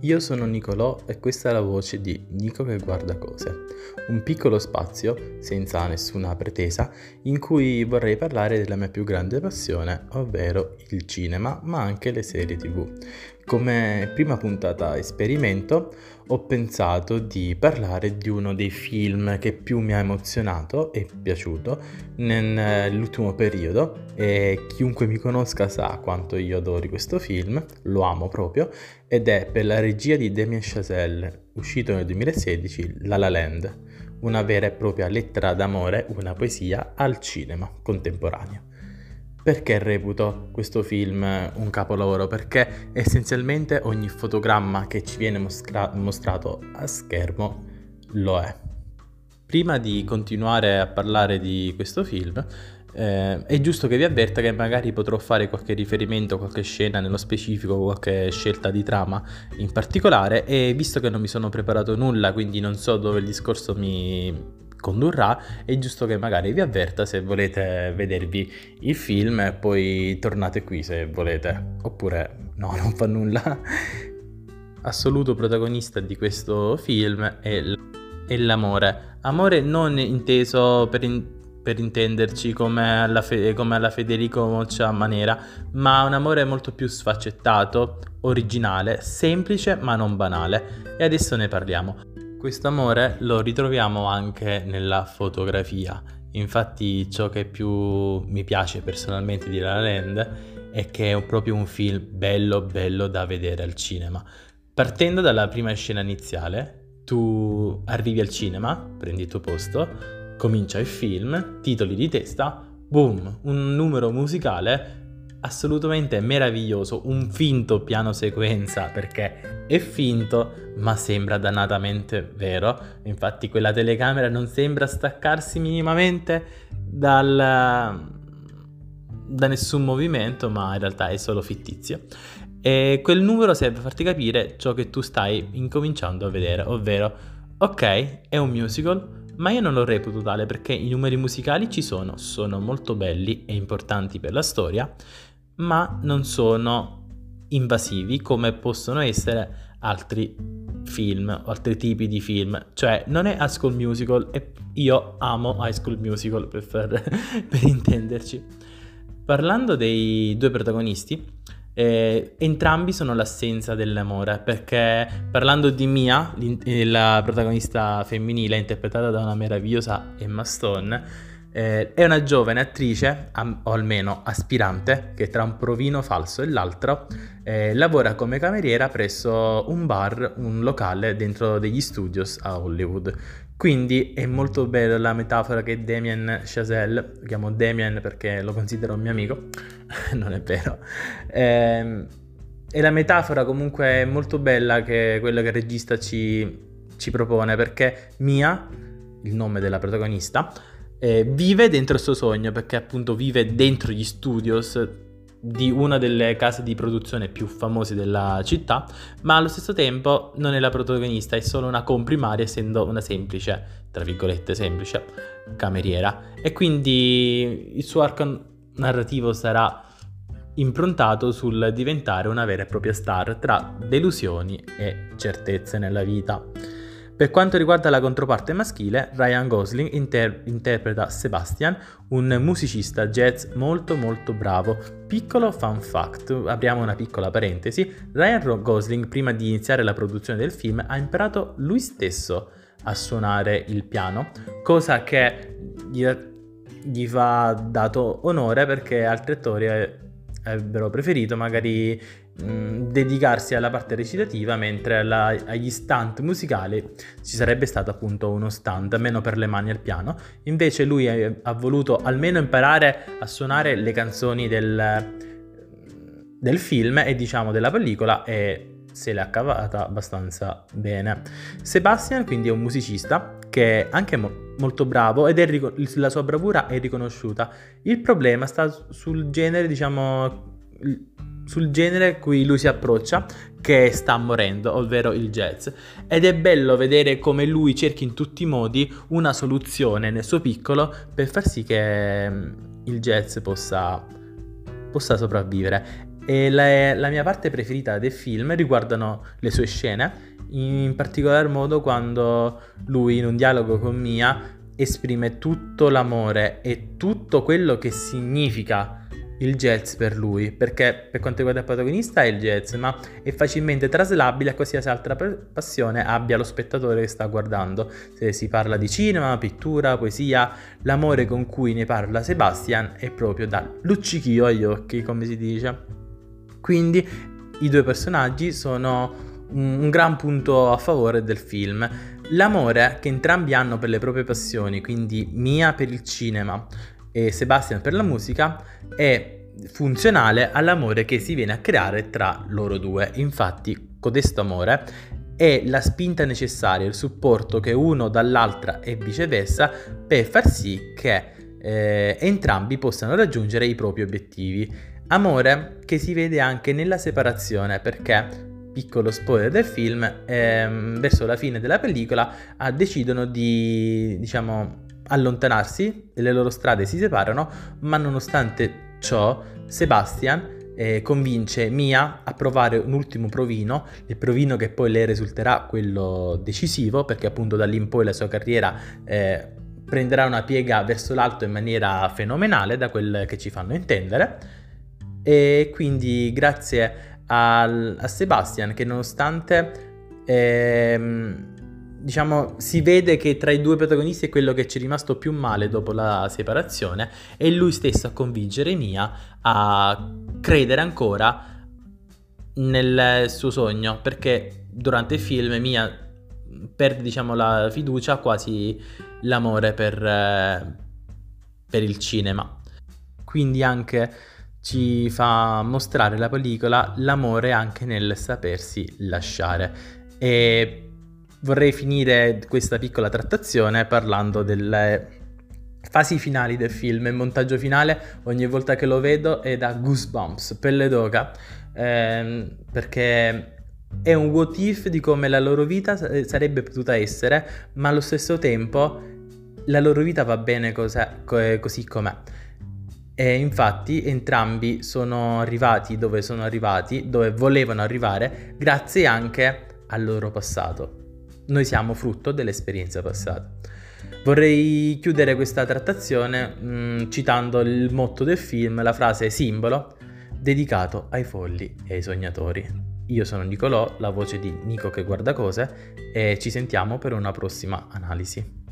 Io sono Nicolò e questa è la voce di Nico che guarda cose, un piccolo spazio, senza nessuna pretesa, in cui vorrei parlare della mia più grande passione, ovvero il cinema, ma anche le serie TV. Come prima puntata esperimento ho pensato di parlare di uno dei film che più mi ha emozionato e piaciuto nell'ultimo periodo, e chiunque mi conosca sa quanto io adori questo film, lo amo proprio, ed è per la regia di Damien Chazelle, uscito nel 2016, La La Land, una vera e propria lettera d'amore, una poesia al cinema contemporaneo. Perché reputo questo film un capolavoro? Perché essenzialmente ogni fotogramma che ci viene mostrato a schermo lo è. Prima di continuare a parlare di questo film, è giusto che vi avverta che magari potrò fare qualche riferimento, qualche scena nello specifico, qualche scelta di trama in particolare, e visto che non mi sono preparato nulla, quindi non so dove il discorso mi condurrà, è giusto che magari vi avverta se volete vedervi il film e poi tornate qui se volete, oppure no, non fa nulla. Assoluto protagonista di questo film è l'amore. Amore non inteso per intenderci come alla Federico Moccia maniera, ma un amore molto più sfaccettato, originale, semplice ma non banale. E adesso ne parliamo. Questo amore lo ritroviamo anche nella fotografia. Infatti ciò che più mi piace personalmente di La La Land è che è proprio un film bello bello da vedere al cinema. Partendo dalla prima scena iniziale, tu arrivi al cinema, prendi il tuo posto, comincia il film, titoli di testa, boom, un numero musicale assolutamente meraviglioso, un finto piano sequenza, perché è finto ma sembra dannatamente vero. Infatti quella telecamera non sembra staccarsi minimamente da nessun movimento, ma in realtà è solo fittizio, e quel numero serve a farti capire ciò che tu stai incominciando a vedere, ovvero ok, è un musical, ma io non lo reputo tale perché i numeri musicali ci sono molto belli e importanti per la storia, ma non sono invasivi come possono essere altri film o altri tipi di film. Cioè non è High School Musical, e io amo High School Musical per intenderci. Parlando dei due protagonisti, entrambi sono l'assenza dell'amore, perché parlando di Mia, la protagonista femminile interpretata da una meravigliosa Emma Stone, è una giovane attrice, o almeno aspirante, che tra un provino falso e l'altro lavora come cameriera presso un bar, un locale dentro degli studios a Hollywood. Quindi è molto bella la metafora che Damien Chazelle, lo chiamo Damien perché lo considero un mio amico, non è vero, e la metafora comunque è molto bella, che quella che il regista ci propone, perché Mia, il nome della protagonista, vive dentro il suo sogno, perché appunto vive dentro gli studios di una delle case di produzione più famose della città, ma allo stesso tempo non è la protagonista, è solo una comprimaria, essendo una semplice, tra virgolette semplice, cameriera. E quindi il suo arco narrativo sarà improntato sul diventare una vera e propria star tra delusioni e certezze nella vita. Per quanto riguarda la controparte maschile, Ryan Gosling interpreta Sebastian, un musicista jazz molto molto bravo. Piccolo fun fact, apriamo una piccola parentesi: Ryan Gosling, prima di iniziare la produzione del film, ha imparato lui stesso a suonare il piano, cosa che gli va dato onore, perché altri attori avrebbero preferito magari dedicarsi alla parte recitativa, mentre agli stunt musicali ci sarebbe stato appunto uno stunt, almeno per le mani al piano. Invece lui ha voluto almeno imparare a suonare le canzoni del film e diciamo della pellicola, e se l'ha cavata abbastanza bene. Sebastian quindi è un musicista che è anche molto bravo, ed la sua bravura è riconosciuta. Il problema sta sul genere, diciamo, sul genere a cui lui si approccia, che sta morendo, ovvero il jazz. Ed è bello vedere come lui cerchi in tutti i modi una soluzione nel suo piccolo per far sì che il jazz possa sopravvivere. E la mia parte preferita del film riguardano le sue scene, in particolar modo quando lui in un dialogo con Mia esprime tutto l'amore e tutto quello che significa il jazz per lui, perché per quanto riguarda il protagonista è il jazz, ma è facilmente traslabile a qualsiasi altra passione abbia lo spettatore che sta guardando. Se si parla di cinema, pittura, poesia, l'amore con cui ne parla Sebastian è proprio da luccichio agli occhi, come si dice. Quindi i due personaggi sono un gran punto a favore del film. L'amore che entrambi hanno per le proprie passioni, quindi Mia per il cinema e Sebastian per la musica, è funzionale all'amore che si viene a creare tra loro due. Infatti, codesto amore è la spinta necessaria, il supporto che uno dall'altra e viceversa per far sì che entrambi possano raggiungere i propri obiettivi. Amore che si vede anche nella separazione, perché, piccolo spoiler del film, verso la fine della pellicola decidono di, diciamo, allontanarsi, le loro strade si separano, ma nonostante ciò Sebastian convince Mia a provare un ultimo provino, il provino che poi le risulterà quello decisivo, perché appunto da lì in poi la sua carriera prenderà una piega verso l'alto in maniera fenomenale, da quel che ci fanno intendere. E quindi grazie a Sebastian, che nonostante diciamo si vede che tra i due protagonisti è quello che ci è rimasto più male dopo la separazione, è lui stesso a convincere Mia a credere ancora nel suo sogno, perché durante il film Mia perde, diciamo, la fiducia, quasi l'amore per il cinema. Quindi anche ci fa mostrare la pellicola l'amore anche nel sapersi lasciare. E vorrei finire questa piccola trattazione parlando delle fasi finali del film. Il montaggio finale, ogni volta che lo vedo, è da goosebumps, pelle d'oca, perché è un what if di come la loro vita sarebbe potuta essere, ma allo stesso tempo la loro vita va bene così com'è. E infatti entrambi sono arrivati, dove volevano arrivare, grazie anche al loro passato. Noi siamo frutto dell'esperienza passata. Vorrei chiudere questa trattazione citando il motto del film, la frase simbolo, dedicato ai folli e ai sognatori. Io sono Nicolò, la voce di Nico che guarda cose, e ci sentiamo per una prossima analisi.